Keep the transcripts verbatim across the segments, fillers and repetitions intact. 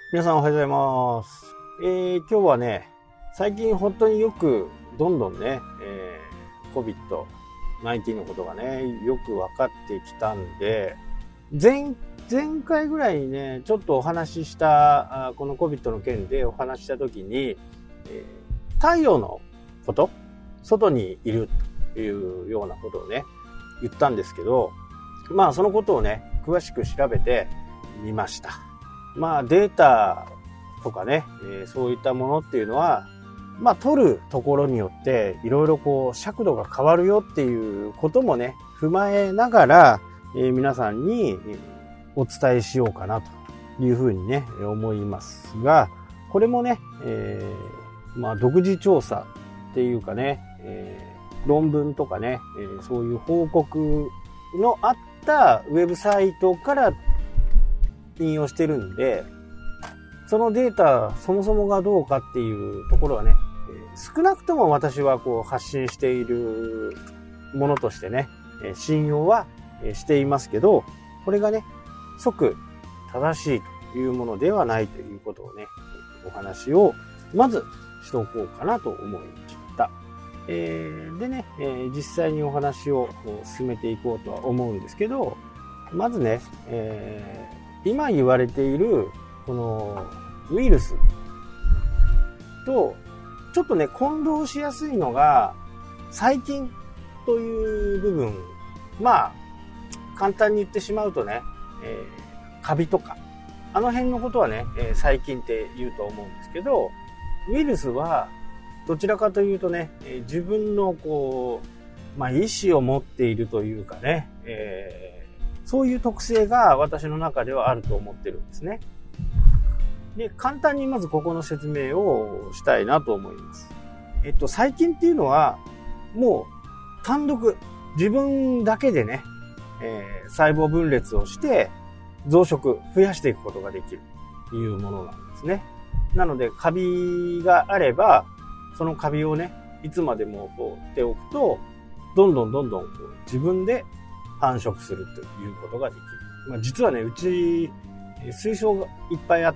皆さんおはようございます。えー、今日はね、最近本当によくどんどんね、えー、コビッドナインティーン のことがね、よく分かってきたんで、前、前回ぐらいにね、ちょっとお話しした、あこの コビッド の件でお話ししたときに、えー、太陽のこと、外にいるというようなことをね、言ったんですけど、まあそのことをね、詳しく調べてみました。まあデータとかね、えー、そういったものっていうのは、まあ取るところによっていろいろこう尺度が変わるよっていうこともね、踏まえながら、えー、皆さんにお伝えしようかなというふうにね、思いますが、これもね、えー、まあ独自調査っていうかね、えー、論文とかね、えー、そういう報告のあったウェブサイトから引用してるんで、そのデータそもそもがどうかっていうところはね、少なくとも私はこう発信しているものとしてね、信用はしていますけど、これがね、即正しいというものではないということをね、お話をまずしておこうかなと思いました。えー、でね、えー、実際にお話を進めていこうとは思うんですけど、まずね、えー今言われているこのウイルスとちょっとね混同しやすいのが細菌という部分。まあ簡単に言ってしまうとね、えー、カビとかあの辺のことはね、えー、細菌って言うと思うんですけど、ウイルスはどちらかというとね、えー、自分のこう、まあ、意志を持っているというかね、えーそういう特性が私の中ではあると思ってるんですね。で、簡単にまずここの説明をしたいなと思います。えっと、細菌っていうのは、もう単独、自分だけでね、えー、細胞分裂をして増殖、増やしていくことができるというものなんですね。なので、カビがあれば、そのカビをね、いつまでもこうっておくと、どんどんどんどんこう自分で繁殖するということができる。まあ、実はね、うち水槽がいっぱいあって、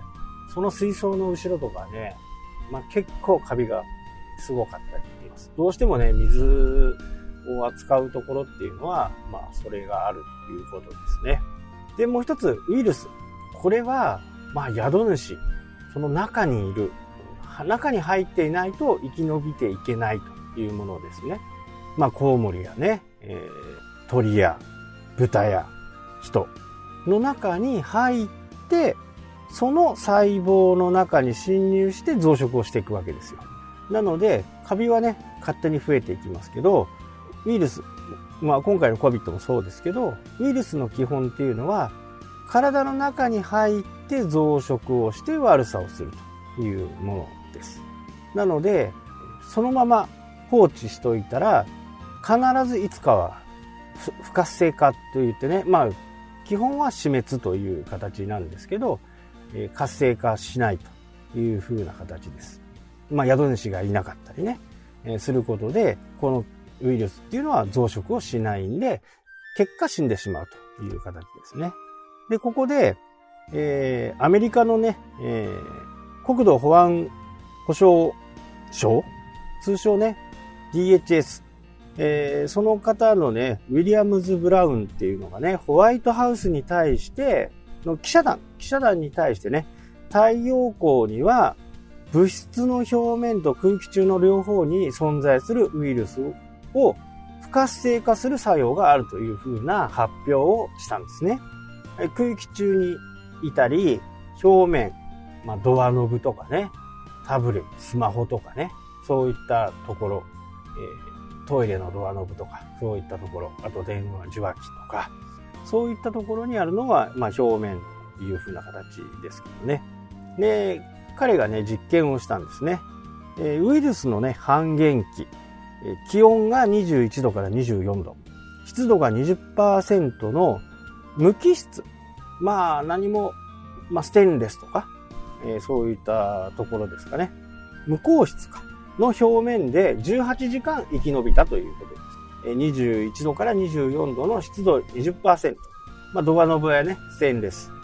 その水槽の後ろとかね、まあ、結構カビがすごかったりします。どうしてもね、水を扱うところっていうのは、まあ、それがあるということですね。で、もう一つ、ウイルス。これは、まあ、宿主。その中にいる。中に入っていないと生き延びていけないというものですね。まあ、コウモリやね、えー鳥や豚や人の中に入って、その細胞の中に侵入して増殖をしていくわけですよ。なのでカビはね勝手に増えていきますけど、ウイルス、まあ今回の コビッド もそうですけど、ウイルスの基本っていうのは体の中に入って増殖をして悪さをするというものです。なのでそのまま放置しといたら必ずいつかは不活性化といってね、まあ基本は死滅という形なんですけど、えー、活性化しないという風な形です。まあ宿主がいなかったりね、えー、することでこのウイルスっていうのは増殖をしないんで、結果死んでしまうという形ですね。でここで、えー、アメリカのね、えー、国土保安保障省、通称ね ディーエイチエス、えー、その方のね、ウィリアムズ・ブラウンっていうのがね、ホワイトハウスに対しての記者団、記者団に対してね、太陽光には物質の表面と空気中の両方に存在するウイルスを不活性化する作用があるというふうな発表をしたんですね。空気中にいたり、表面、まあ、ドアノブとかね、タブレット、スマホとかね、そういったところ、えートイレのドアノブとかそういったところ、あと電話受話器とかそういったところにあるのは、まあ、表面というふうな形ですけどね。で彼がね実験をしたんですね。えー、ウイルスのね半減期、えー、気温がにじゅういちどからにじゅうよんど、湿度が にじゅっパーセント の無機質、まあ何も、まあ、ステンレスとか、えー、そういったところですかね、無孔質かの表面でじゅうはちじかん生き延びたということです。にじゅういちどからにじゅうよんどの湿度 にじゅっパーセント。まあ、ドアノブやね、ステンレス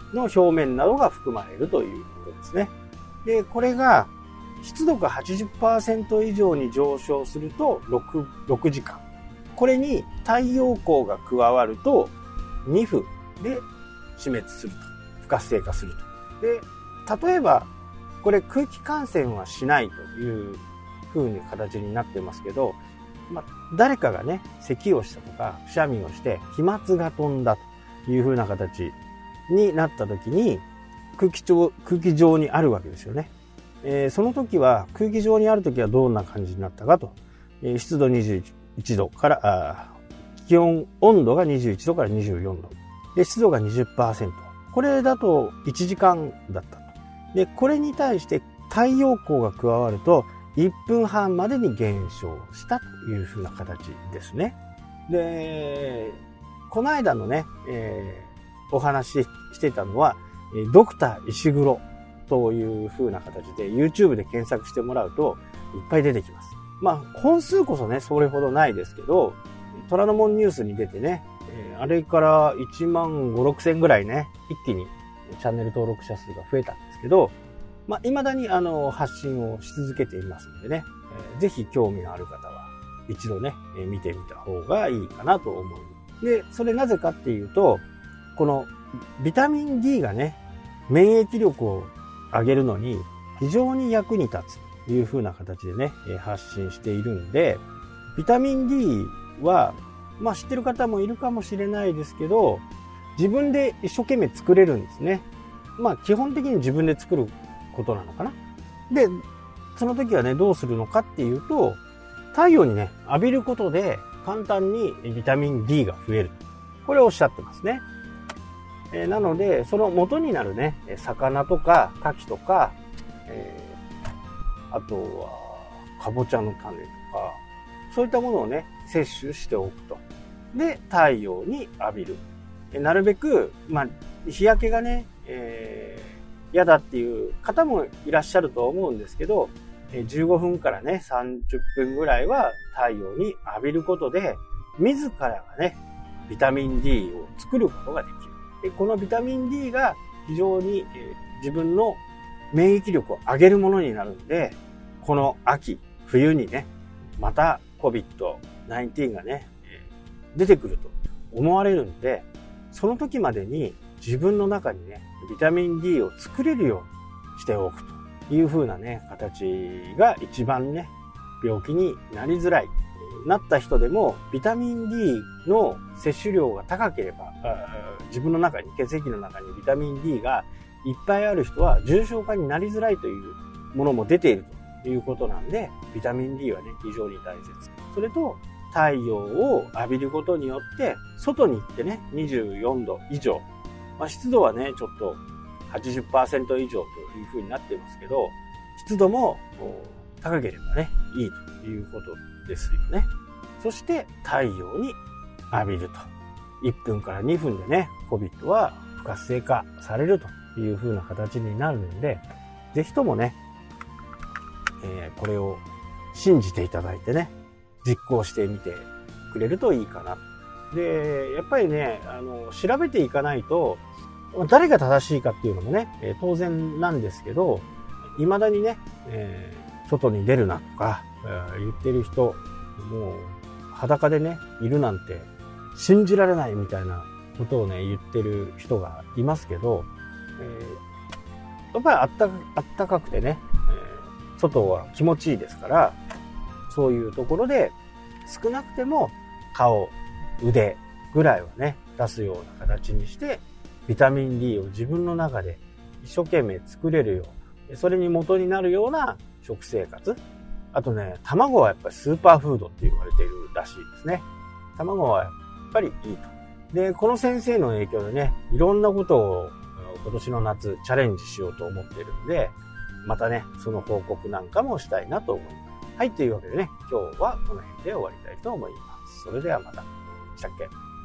の表面などが含まれるということですね。で、これが湿度が はちじゅっパーセント 以上に上昇すると 6, ろくじかん。これに太陽光が加わるとにふんで死滅すると。不活性化すると。で、例えばこれ空気感染はしないという風に形になってますけど、まあ、誰かがね、咳をしたとか、くしゃみをして、飛沫が飛んだという風な形になった時に、空気中、空気上にあるわけですよね。えー、その時は、空気上にある時はどんな感じになったかと。えー、湿度にじゅういちどから、あ気温、温度がにじゅういちどからにじゅうよんど。で、湿度が にじゅっパーセント。これだといちじかんだったと。で、これに対して太陽光が加わると、いっぷんはんまでに減少したというふうな形ですね。で、この間のね、えー、お話ししてたのは、ドクター石黒というふうな形で YouTube で検索してもらうといっぱい出てきます。まあ、本数こそね、それほどないですけど、虎ノ門ニュースに出てね、あれからいちまんごせんろくせんぐらいね、一気にチャンネル登録者数が増えたんですけど、まあ、未だにあの発信をし続けていますのでね、えー、ぜひ興味のある方は一度ね、えー、見てみた方がいいかなと思う。で、それなぜかっていうと、このビタミン D がね、免疫力を上げるのに非常に役に立つという風な形でね、発信しているんで、ビタミン D は、まあ知ってる方もいるかもしれないですけど、自分で一生懸命作れるんですね。まあ基本的に自分で作ることなのかな。で、その時はね、どうするのかっていうと、太陽にね、浴びることで簡単にビタミン D が増える。これをおっしゃってますね。えー、なので、その元になるね、魚とか牡蠣とか、えー、あとはかぼちゃの種とか、そういったものをね、摂取しておくと。で、太陽に浴びる。なるべく、まあ、日焼けがね、えー嫌だっていう方もいらっしゃると思うんですけど、じゅうごふんからね、さんじゅっぷんぐらいは太陽に浴びることで、自らがね、ビタミン D を作ることができる。で、このビタミン D が非常に、えー、自分の免疫力を上げるものになるんで、この秋、冬にね、また コビッドナインティーン がね、出てくると思われるんで、その時までに自分の中にね、ビタミン D を作れるようにしておくという風なね、形が一番ね、病気になりづらい。なった人でもビタミン D の摂取量が高ければ、自分の中に、血液の中にビタミン D がいっぱいある人は重症化になりづらいというものも出ているということなんで、ビタミン D はね、非常に大切。それと、太陽を浴びることによって、外に行ってね、にじゅうよんど以上、まあ、湿度はね、ちょっと はちじゅっパーセント 以上という風になってますけど、湿度も高ければね、いいということですよね。そして太陽に浴びると。いっぷんからにふんでね、コビッドは不活性化されるという風な形になるので、ぜひともね、えー、これを信じていただいてね、実行してみてくれるといいかな。で、やっぱりね、あの、調べていかないと、誰が正しいかっていうのもね、えー、当然なんですけど、未だにね、えー、外に出るなとか、えー、言ってる人、もう裸でね、いるなんて信じられないみたいなことをね、言ってる人がいますけど、えー、やっぱりあったか、あったかくてね、えー、外は気持ちいいですから、そういうところで少なくても顔、腕ぐらいはね、出すような形にして、ビタミン D を自分の中で一生懸命作れるよう、それに元になるような食生活。あとね、卵はやっぱりスーパーフードって言われているらしいですね。卵はやっぱりいいと。で、この先生の影響でね、いろんなことを今年の夏チャレンジしようと思っているんで、またね、その報告なんかもしたいなと思います。はい、というわけでね、今日はこの辺で終わりたいと思います。それではまた。したっけ